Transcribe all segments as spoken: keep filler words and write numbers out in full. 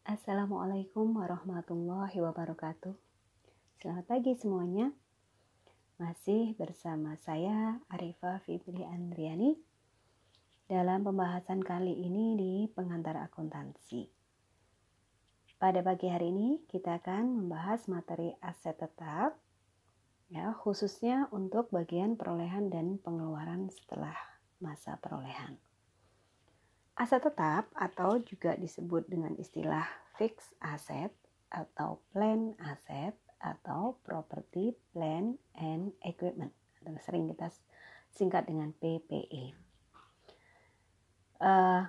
Assalamualaikum warahmatullahi wabarakatuh. Selamat pagi semuanya. Masih bersama saya Arifah Fitri Andriani dalam pembahasan kali ini di pengantar akuntansi. Pada pagi hari ini kita akan membahas materi aset tetap, ya, khususnya untuk bagian perolehan dan pengeluaran setelah masa perolehan. Aset tetap atau juga disebut dengan istilah fixed asset atau plan asset atau property, plant, and equipment atau sering kita singkat dengan P P E. Uh,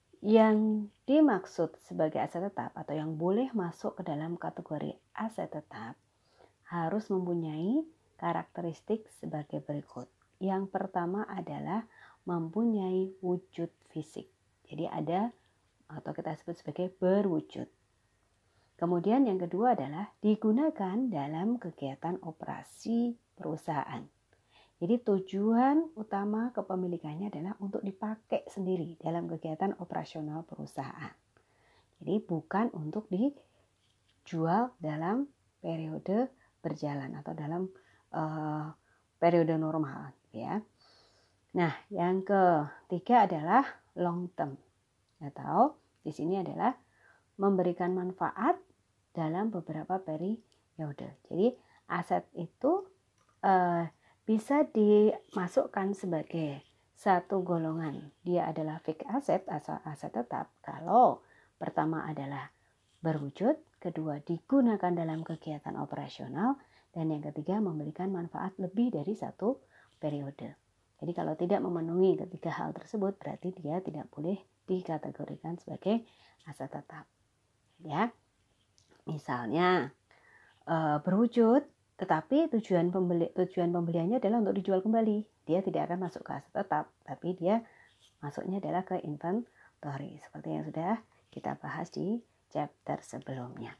yang dimaksud sebagai aset tetap atau yang boleh masuk ke dalam kategori aset tetap harus mempunyai karakteristik sebagai berikut. Yang pertama adalah mempunyai wujud fisik. Jadi ada atau kita sebut sebagai berwujud. Kemudian yang kedua adalah digunakan dalam kegiatan operasi perusahaan. Jadi tujuan utama kepemilikannya adalah untuk dipakai sendiri dalam kegiatan operasional perusahaan. Jadi bukan untuk dijual dalam periode berjalan atau dalam uh, periode normal, ya. Nah, yang ketiga adalah long term atau di sini adalah memberikan manfaat dalam beberapa periode. Jadi aset itu uh, bisa dimasukkan sebagai satu golongan. Dia adalah fixed asset atau aset tetap kalau pertama adalah berwujud, kedua digunakan dalam kegiatan operasional, dan yang ketiga memberikan manfaat lebih dari satu periode. Jadi kalau tidak memenuhi ketiga hal tersebut berarti dia tidak boleh dikategorikan sebagai aset tetap. Ya. Misalnya e, berwujud tetapi tujuan pembeli tujuan pembeliannya adalah untuk dijual kembali. Dia tidak akan masuk ke aset tetap, tapi dia masuknya adalah ke inventory seperti yang sudah kita bahas di chapter sebelumnya.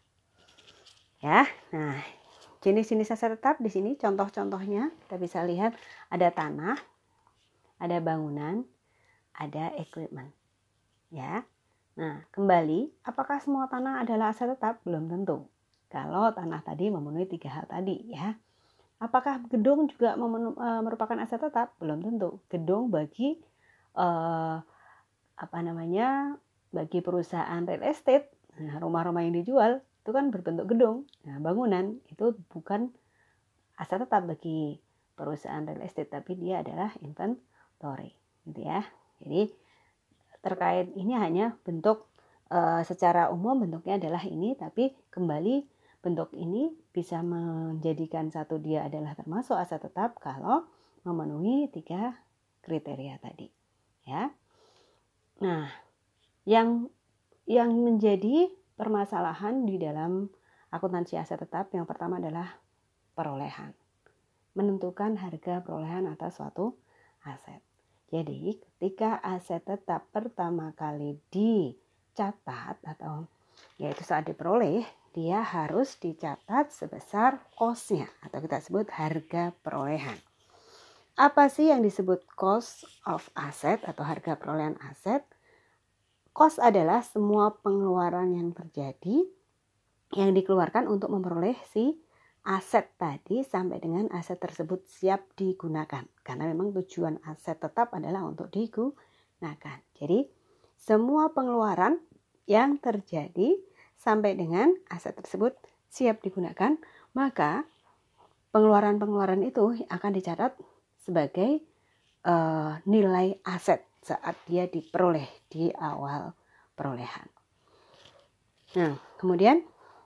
Ya. Nah, jenis-jenis aset tetap di sini contoh-contohnya kita bisa lihat ada tanah, ada bangunan, ada equipment. Ya. Nah, kembali, apakah semua tanah adalah aset tetap? Belum tentu. Kalau tanah tadi memenuhi tiga hal tadi, ya. Apakah gedung juga memenu- e, merupakan aset tetap? Belum tentu. Gedung bagi uh, apa namanya? Bagi perusahaan real estate, nah, rumah-rumah yang dijual itu kan berbentuk gedung. Nah, bangunan itu bukan aset tetap bagi perusahaan real estate, tapi dia adalah inventory, gitu ya. Jadi terkait ini hanya bentuk e, secara umum bentuknya adalah ini, tapi kembali bentuk ini bisa menjadikan satu dia adalah termasuk aset tetap kalau memenuhi tiga kriteria tadi, ya. Nah, yang yang menjadi permasalahan di dalam akuntansi aset tetap yang pertama adalah perolehan. Menentukan harga perolehan atas suatu aset. Jadi ketika aset tetap pertama kali dicatat atau yaitu saat diperoleh, dia harus dicatat sebesar cost-nya atau kita sebut harga perolehan. Apa sih yang disebut cost of asset atau harga perolehan aset? Cost adalah semua pengeluaran yang terjadi yang dikeluarkan untuk memperoleh si aset tadi sampai dengan aset tersebut siap digunakan. Karena memang tujuan aset tetap adalah untuk digunakan. Jadi semua pengeluaran yang terjadi sampai dengan aset tersebut siap digunakan, maka pengeluaran-pengeluaran itu akan dicatat sebagai uh, nilai aset saat dia diperoleh di awal perolehan. Nah, kemudian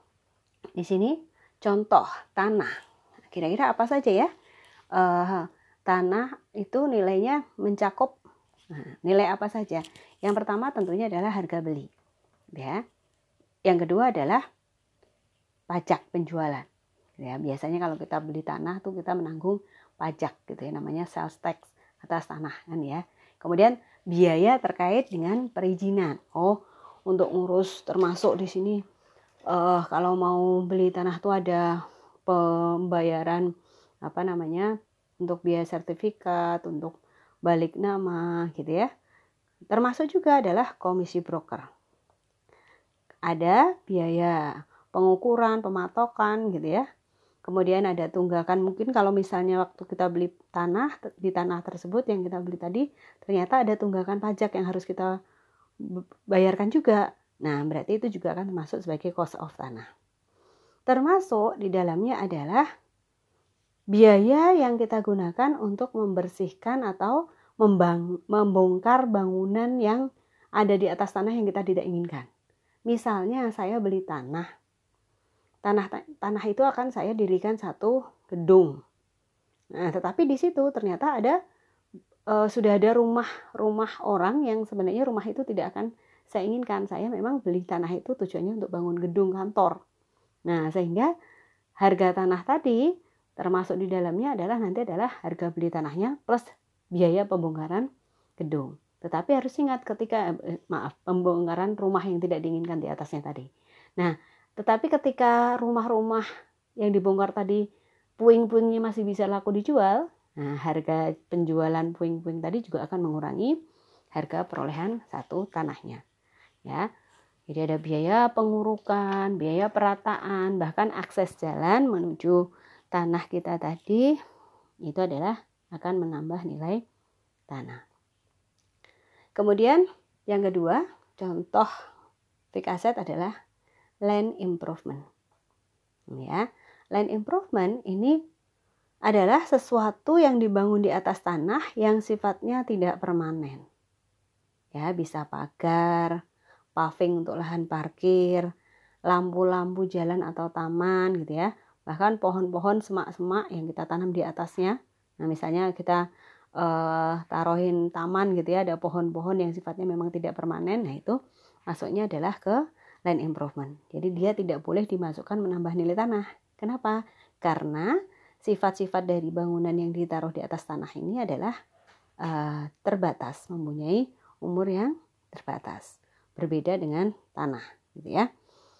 di sini contoh tanah. Kira-kira apa saja ya? Uh, tanah itu nilainya mencakup nah, nilai apa saja? Yang pertama tentunya adalah harga beli, ya. Yang kedua adalah pajak penjualan. Ya, biasanya kalau kita beli tanah tuh kita menanggung pajak gitu ya, namanya sales tax atas tanah kan ya. Kemudian biaya terkait dengan perizinan. Oh, untuk ngurus termasuk di sini uh, kalau mau beli tanah tuh ada pembayaran apa namanya untuk biaya sertifikat, untuk balik nama gitu ya. Termasuk juga adalah komisi broker. ada biaya pengukuran, pematokan gitu ya. Kemudian ada tunggakan, mungkin kalau misalnya waktu kita beli tanah, di tanah tersebut yang kita beli tadi, ternyata ada tunggakan pajak yang harus kita bayarkan juga. Nah, berarti itu juga akan termasuk sebagai cost of tanah. Termasuk di dalamnya adalah biaya yang kita gunakan untuk membersihkan atau membang- membongkar bangunan yang ada di atas tanah yang kita tidak inginkan. Misalnya saya beli tanah. Tanah tanah itu akan saya dirikan satu gedung. Nah, tetapi di situ ternyata ada e, sudah ada rumah-rumah orang yang sebenarnya rumah itu tidak akan saya inginkan. Saya memang beli tanah itu tujuannya untuk bangun gedung kantor. Nah, sehingga harga tanah tadi termasuk di dalamnya adalah nanti adalah harga beli tanahnya plus biaya pembongkaran gedung. Tetapi harus ingat ketika eh, maaf pembongkaran rumah yang tidak diinginkan di atasnya tadi. Nah, tetapi ketika rumah-rumah yang dibongkar tadi puing-puingnya masih bisa laku dijual, nah harga penjualan puing-puing tadi juga akan mengurangi harga perolehan satu tanahnya. Ya. Jadi ada biaya pengurukan, biaya perataan, bahkan akses jalan menuju tanah kita tadi itu adalah akan menambah nilai tanah. Kemudian yang kedua, contoh fixed asset adalah land improvement. Ya, land improvement ini adalah sesuatu yang dibangun di atas tanah yang sifatnya tidak permanen. Ya, bisa pagar, paving untuk lahan parkir, lampu-lampu jalan atau taman gitu ya. Bahkan pohon-pohon semak-semak yang kita tanam di atasnya. Nah, misalnya kita uh, taruhin taman gitu ya, ada pohon-pohon yang sifatnya memang tidak permanen. Nah, itu masuknya adalah ke land improvement. Jadi dia tidak boleh dimasukkan menambah nilai tanah. Kenapa? Karena sifat-sifat dari bangunan yang ditaruh di atas tanah ini adalah uh, terbatas, mempunyai umur yang terbatas. Berbeda dengan tanah, gitu ya.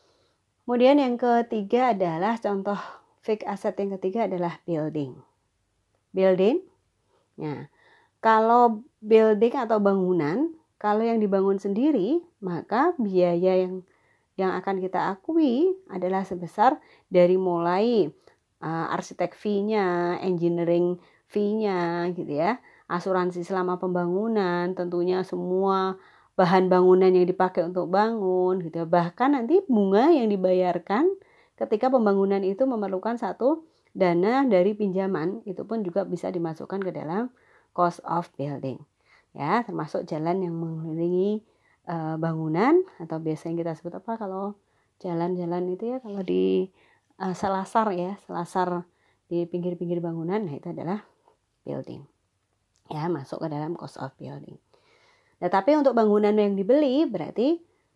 Kemudian yang ketiga adalah contoh fixed asset yang ketiga adalah building. Building, ya. Kalau building atau bangunan, kalau yang dibangun sendiri, maka biaya yang yang akan kita akui adalah sebesar dari mulai uh, arsitek fee-nya, engineering fee-nya gitu ya, asuransi selama pembangunan, tentunya semua bahan bangunan yang dipakai untuk bangun gitu ya. Bahkan nanti bunga yang dibayarkan ketika pembangunan itu memerlukan satu dana dari pinjaman, itu pun juga bisa dimasukkan ke dalam cost of building. Ya, termasuk jalan yang mengelilingi Uh, bangunan atau biasanya kita sebut apa kalau jalan-jalan itu ya, kalau di uh, selasar ya, selasar di pinggir-pinggir bangunan, nah itu adalah building. Ya, masuk ke dalam cost of building. Nah, tapi untuk bangunan yang dibeli berarti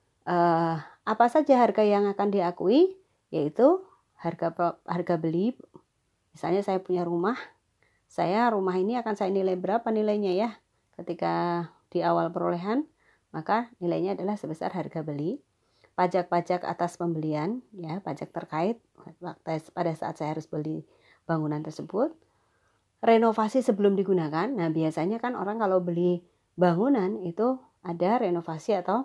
uh, apa saja harga yang akan diakui, yaitu harga harga beli. Misalnya saya punya rumah, saya rumah ini akan saya nilai berapa nilainya ya ketika di awal perolehan, maka nilainya adalah sebesar harga beli, pajak-pajak atas pembelian, ya pajak terkait pada saat saya harus beli bangunan tersebut, renovasi sebelum digunakan. Nah, biasanya kan orang kalau beli bangunan itu ada renovasi atau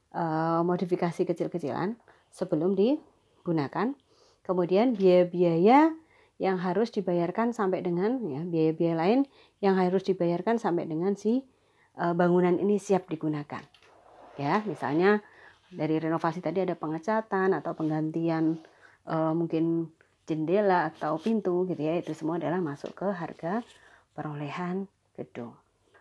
uh, modifikasi kecil-kecilan sebelum digunakan. Kemudian biaya-biaya yang harus dibayarkan sampai dengan ya biaya-biaya lain yang harus dibayarkan sampai dengan si uh, bangunan ini siap digunakan. Ya, misalnya dari renovasi tadi ada pengecatan atau penggantian e, mungkin jendela atau pintu gitu ya, itu semua adalah masuk ke harga perolehan gedung.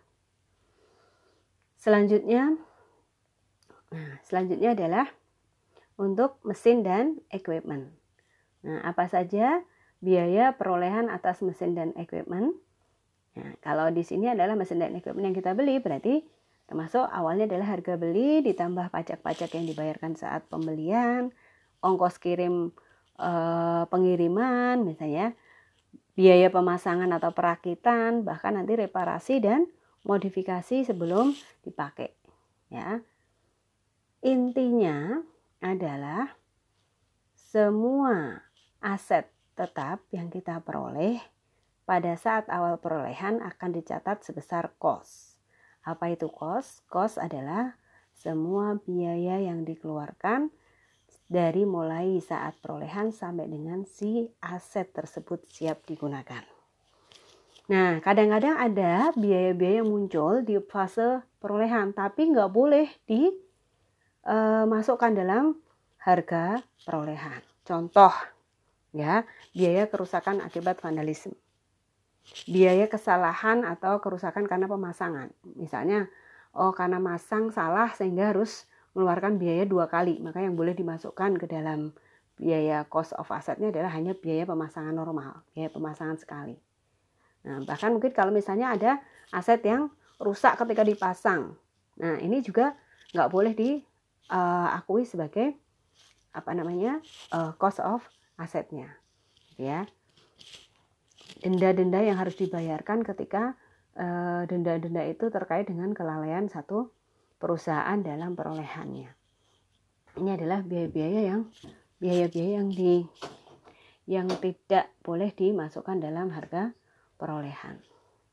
Selanjutnya, nah selanjutnya adalah untuk mesin dan equipment. Nah, apa saja biaya perolehan atas mesin dan equipment? Nah, kalau di sini adalah mesin dan equipment yang kita beli, berarti termasuk awalnya adalah harga beli ditambah pajak-pajak yang dibayarkan saat pembelian, ongkos kirim e, pengiriman misalnya, biaya pemasangan atau perakitan, bahkan nanti reparasi dan modifikasi sebelum dipakai. Ya. Intinya adalah semua aset tetap yang kita peroleh pada saat awal perolehan akan dicatat sebesar cost. Apa itu cost? Cost adalah semua biaya yang dikeluarkan dari mulai saat perolehan sampai dengan si aset tersebut siap digunakan. Nah, kadang-kadang ada biaya-biaya yang muncul di fase perolehan, tapi nggak boleh dimasukkan dalam harga perolehan. Contoh, ya, biaya kerusakan akibat vandalisme, biaya kesalahan atau kerusakan karena pemasangan. Misalnya, oh karena masang salah sehingga harus mengeluarkan biaya dua kali, maka yang boleh dimasukkan ke dalam biaya cost of assetnya adalah hanya biaya pemasangan normal, biaya pemasangan sekali. Nah, bahkan mungkin kalau misalnya ada aset yang rusak ketika dipasang, nah ini juga nggak boleh diakui uh, sebagai apa namanya uh, cost of asetnya, ya. Denda-denda yang harus dibayarkan ketika uh, denda-denda itu terkait dengan kelalaian satu perusahaan dalam perolehannya. Ini adalah biaya-biaya yang biaya-biaya yang di yang tidak boleh dimasukkan dalam harga perolehan.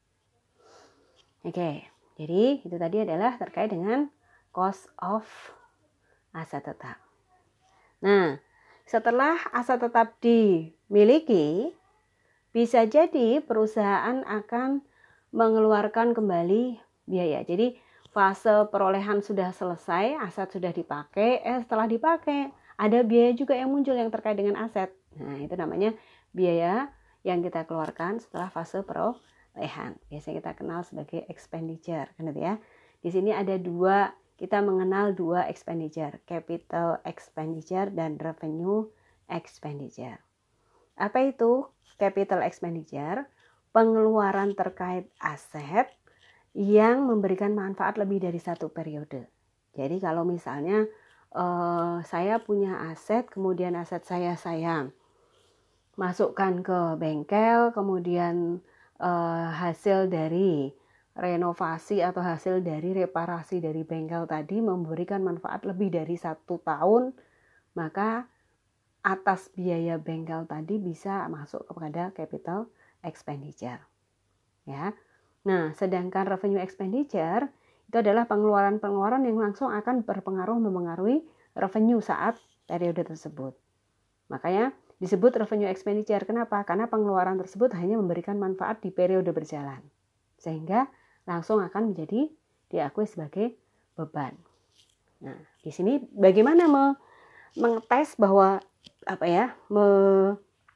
Oke, jadi itu tadi adalah terkait dengan cost of aset tetap. Nah, setelah aset tetap dimiliki, bisa jadi perusahaan akan mengeluarkan kembali biaya. Jadi fase perolehan sudah selesai, aset sudah dipakai, eh setelah dipakai ada biaya juga yang muncul yang terkait dengan aset. Nah, itu namanya biaya yang kita keluarkan setelah fase perolehan. Biasanya kita kenal sebagai expenditure, kan gitu ya. Di sini ada dua, kita mengenal dua expenditure, capital expenditure dan revenue expenditure. Apa itu capital expenditure? Pengeluaran terkait aset yang memberikan manfaat lebih dari satu periode. Jadi kalau misalnya eh, saya punya aset, kemudian aset saya saya masukkan ke bengkel, kemudian eh, hasil dari renovasi atau hasil dari reparasi dari bengkel tadi memberikan manfaat lebih dari satu tahun, maka atas biaya bengkel tadi bisa masuk kepada capital expenditure. Ya. Nah, sedangkan revenue expenditure itu adalah pengeluaran-pengeluaran yang langsung akan berpengaruh mempengaruhi revenue saat periode tersebut. Makanya disebut revenue expenditure. Kenapa? Karena pengeluaran tersebut hanya memberikan manfaat di periode berjalan. Sehingga langsung akan menjadi diakui sebagai beban. Nah, di sini bagaimana me- mengetes bahwa apa ya, me-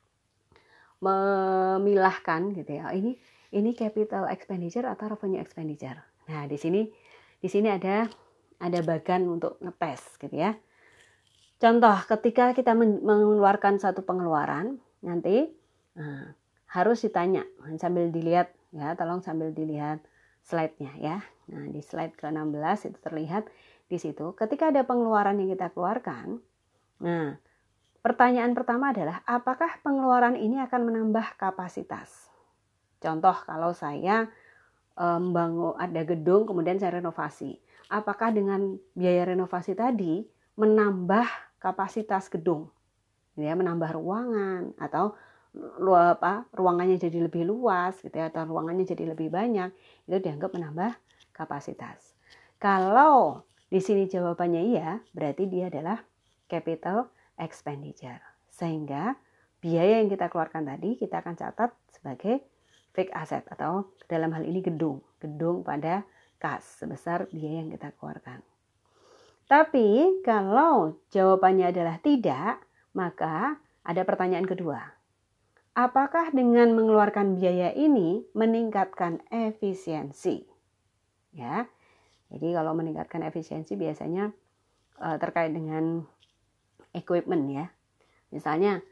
memilahkan gitu ya. Ini ini capital expenditure atau revenue expenditure. Nah, di sini di sini ada ada bagan untuk ngetes gitu ya. Contoh, ketika kita mengeluarkan satu pengeluaran, nanti nah, harus ditanya sambil dilihat ya, tolong sambil dilihat slide-nya ya. Nah, di slide ke enam belas itu terlihat di situ ketika ada pengeluaran yang kita keluarkan. Nah, pertanyaan pertama adalah apakah pengeluaran ini akan menambah kapasitas? Contoh, kalau saya membangun um, ada gedung kemudian saya renovasi, apakah dengan biaya renovasi tadi menambah kapasitas gedung, ya, menambah ruangan atau lu, apa, ruangannya jadi lebih luas, gitu ya, atau ruangannya jadi lebih banyak, itu dianggap menambah kapasitas. Kalau di sini jawabannya iya, berarti dia adalah capital expenditure, sehingga biaya yang kita keluarkan tadi kita akan catat sebagai fixed asset atau dalam hal ini gedung, gedung pada kas sebesar biaya yang kita keluarkan. Tapi kalau jawabannya adalah tidak, maka ada pertanyaan kedua. Apakah dengan mengeluarkan biaya ini meningkatkan efisiensi? Ya. Jadi kalau meningkatkan efisiensi biasanya uh, terkait dengan equipment ya. Misalnya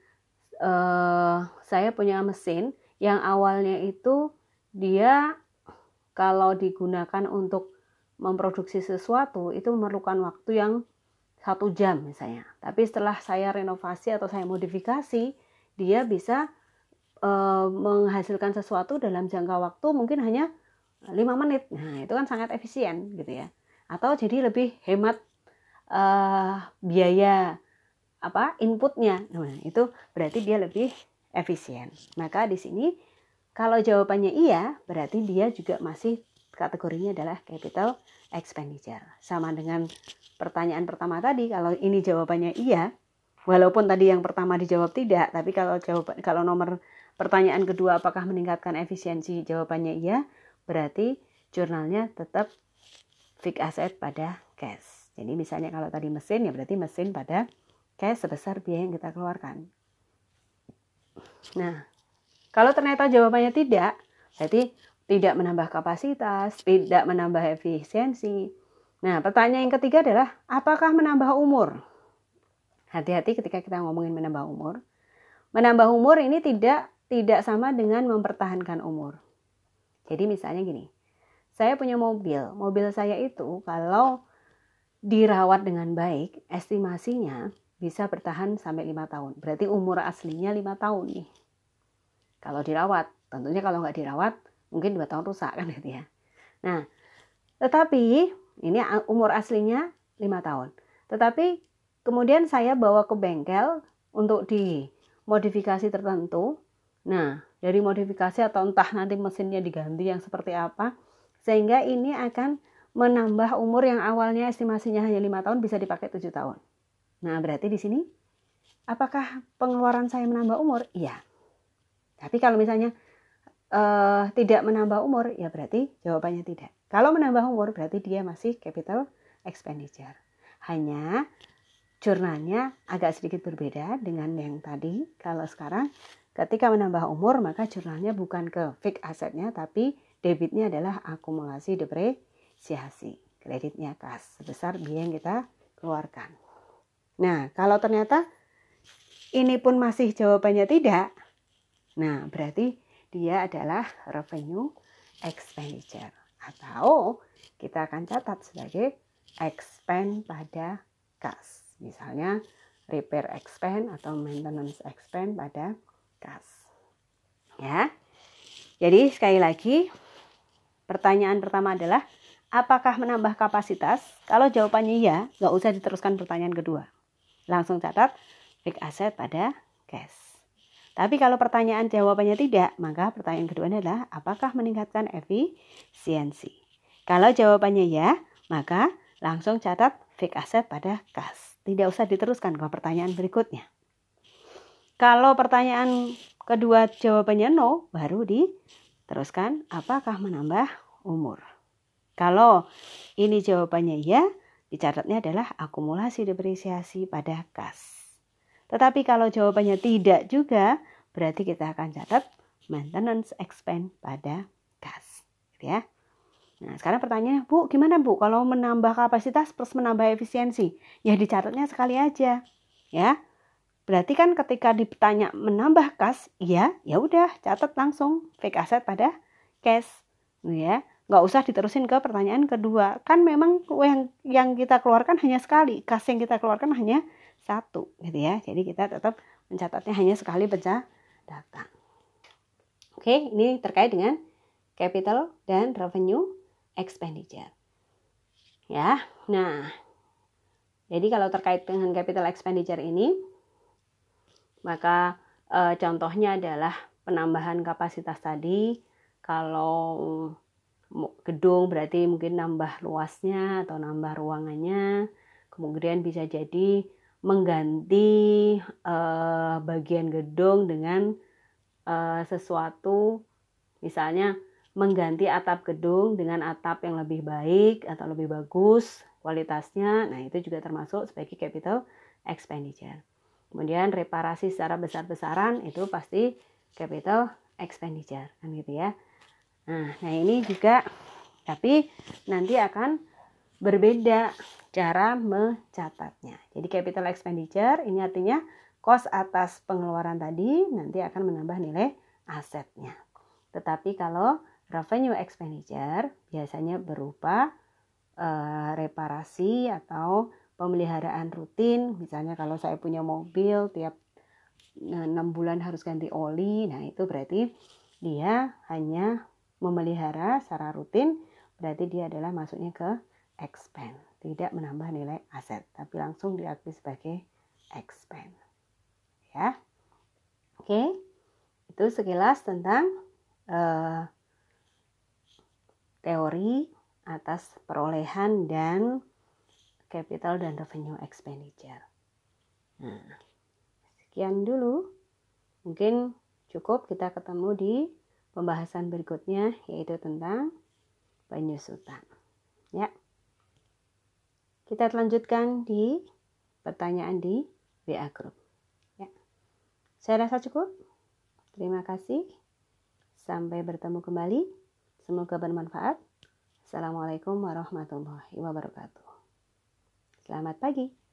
uh, saya punya mesin yang awalnya itu dia kalau digunakan untuk memproduksi sesuatu itu memerlukan waktu yang satu jam misalnya. Tapi setelah saya renovasi atau saya modifikasi, dia bisa e, menghasilkan sesuatu dalam jangka waktu mungkin hanya lima menit. Nah, itu kan sangat efisien gitu ya. Atau jadi lebih hemat e, biaya apa inputnya. Nah, itu berarti dia lebih efisien. Maka di sini kalau jawabannya iya, berarti dia juga masih kategorinya adalah capital expenditure. Sama dengan pertanyaan pertama tadi, kalau ini jawabannya iya, Walaupun tadi yang pertama dijawab tidak, tapi kalau jawab kalau nomor pertanyaan kedua apakah meningkatkan efisiensi, jawabannya iya, berarti jurnalnya tetap fixed asset pada cash. Jadi misalnya kalau tadi mesin, ya berarti mesin pada cash sebesar biaya yang kita keluarkan. Nah, kalau ternyata jawabannya tidak, berarti tidak menambah kapasitas, tidak menambah efisiensi. Nah, pertanyaan yang ketiga adalah apakah menambah umur? Hati-hati ketika kita ngomongin menambah umur. Menambah umur ini tidak tidak sama dengan mempertahankan umur. Jadi misalnya gini, saya punya mobil. Mobil saya itu kalau dirawat dengan baik, estimasinya bisa bertahan sampai lima tahun. Berarti umur aslinya lima tahun nih. Kalau dirawat, tentunya kalau nggak dirawat, mungkin dua tahun rusak kan gitu ya. Nah, tetapi ini umur aslinya lima tahun. Tetapi kemudian saya bawa ke bengkel untuk dimodifikasi tertentu. Nah, dari modifikasi atau entah nanti mesinnya diganti yang seperti apa, sehingga ini akan menambah umur yang awalnya estimasinya hanya lima tahun bisa dipakai tujuh tahun. Nah, berarti di sini apakah pengeluaran saya menambah umur? Iya. Tapi kalau misalnya uh, tidak menambah umur, ya berarti jawabannya tidak. Kalau menambah umur berarti dia masih capital expenditure. Hanya jurnalnya agak sedikit berbeda dengan yang tadi. Kalau sekarang ketika menambah umur maka jurnalnya bukan ke fixed assetnya tapi debitnya adalah akumulasi depresiasi. Kreditnya kas sebesar biaya yang kita keluarkan. Nah, kalau ternyata ini pun masih jawabannya tidak, nah berarti dia adalah revenue expenditure. Atau kita akan catat sebagai expense pada kas. Misalnya repair expense atau maintenance expense pada kas. Ya. Jadi sekali lagi pertanyaan pertama adalah apakah menambah kapasitas? Kalau jawabannya iya, nggak usah diteruskan pertanyaan kedua. Langsung catat fixed asset pada cash. Tapi kalau pertanyaan jawabannya tidak, maka pertanyaan kedua adalah apakah meningkatkan efisiensi? Kalau jawabannya ya, maka langsung catat fixed asset pada kas. Tidak usah diteruskan ke pertanyaan berikutnya. Kalau pertanyaan kedua jawabannya no, baru diteruskan apakah menambah umur. Kalau ini jawabannya ya, dicatatnya adalah akumulasi depresiasi pada kas. Tetapi kalau jawabannya tidak juga, berarti kita akan catat maintenance expense pada kas. Gitu ya. Nah, sekarang pertanyaannya, Bu, gimana Bu kalau menambah kapasitas plus menambah efisiensi? Ya dicatatnya sekali aja. Ya. Berarti kan ketika ditanya menambah kas, ya, ya udah catat langsung fixed asset pada cash. Ya. Nggak usah diterusin ke pertanyaan kedua. Kan memang yang yang kita keluarkan hanya sekali, kas yang kita keluarkan hanya satu, gitu ya. Jadi kita tetap mencatatnya hanya sekali pecah datang. Oke, ini terkait dengan capital dan revenue expenditure. Ya, nah, jadi kalau terkait dengan capital expenditure ini, maka e, contohnya adalah penambahan kapasitas tadi. Kalau gedung berarti mungkin nambah luasnya atau nambah ruangannya. Kemudian bisa jadi mengganti uh, bagian gedung dengan uh, sesuatu, misalnya mengganti atap gedung dengan atap yang lebih baik atau lebih bagus kualitasnya. Nah, itu juga termasuk sebagai capital expenditure. Kemudian reparasi secara besar-besaran itu pasti capital expenditure, kan gitu ya. Nah, nah ini juga, tapi nanti akan berbeda cara mencatatnya. Jadi capital expenditure ini artinya cost atas pengeluaran tadi nanti akan menambah nilai asetnya. Tetapi kalau revenue expenditure biasanya berupa uh, reparasi atau pemeliharaan rutin. Misalnya kalau saya punya mobil tiap enam bulan harus ganti oli, nah itu berarti dia hanya memelihara secara rutin, berarti dia adalah masuknya ke expense, tidak menambah nilai aset, tapi langsung diakui sebagai expense. Ya, oke, itu sekilas tentang uh, teori atas perolehan dan capital dan revenue expenditure. Nah, sekian dulu. Mungkin cukup, kita ketemu di pembahasan berikutnya, yaitu tentang penyusutan. Ya. Kita lanjutkan di pertanyaan di W A Group. Ya. Saya rasa cukup. Terima kasih. Sampai bertemu kembali. Semoga bermanfaat. Assalamualaikum warahmatullahi wabarakatuh. Selamat pagi.